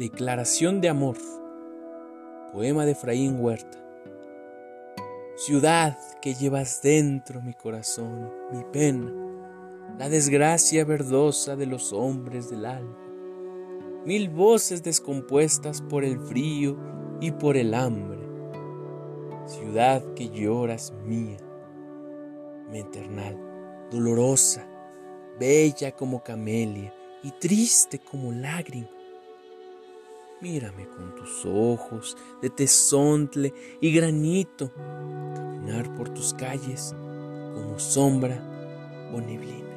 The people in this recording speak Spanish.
Declaración de amor. Poema de Efraín Huerta. Ciudad que llevas dentro mi corazón, mi pena, la desgracia verdosa de los hombres del alma, mil voces descompuestas por el frío y por el hambre. Ciudad que lloras mía, maternal, dolorosa, bella como camelia y triste como lágrima. Mírame con tus ojos de tezontle y granito, caminar por tus calles como sombra o neblina.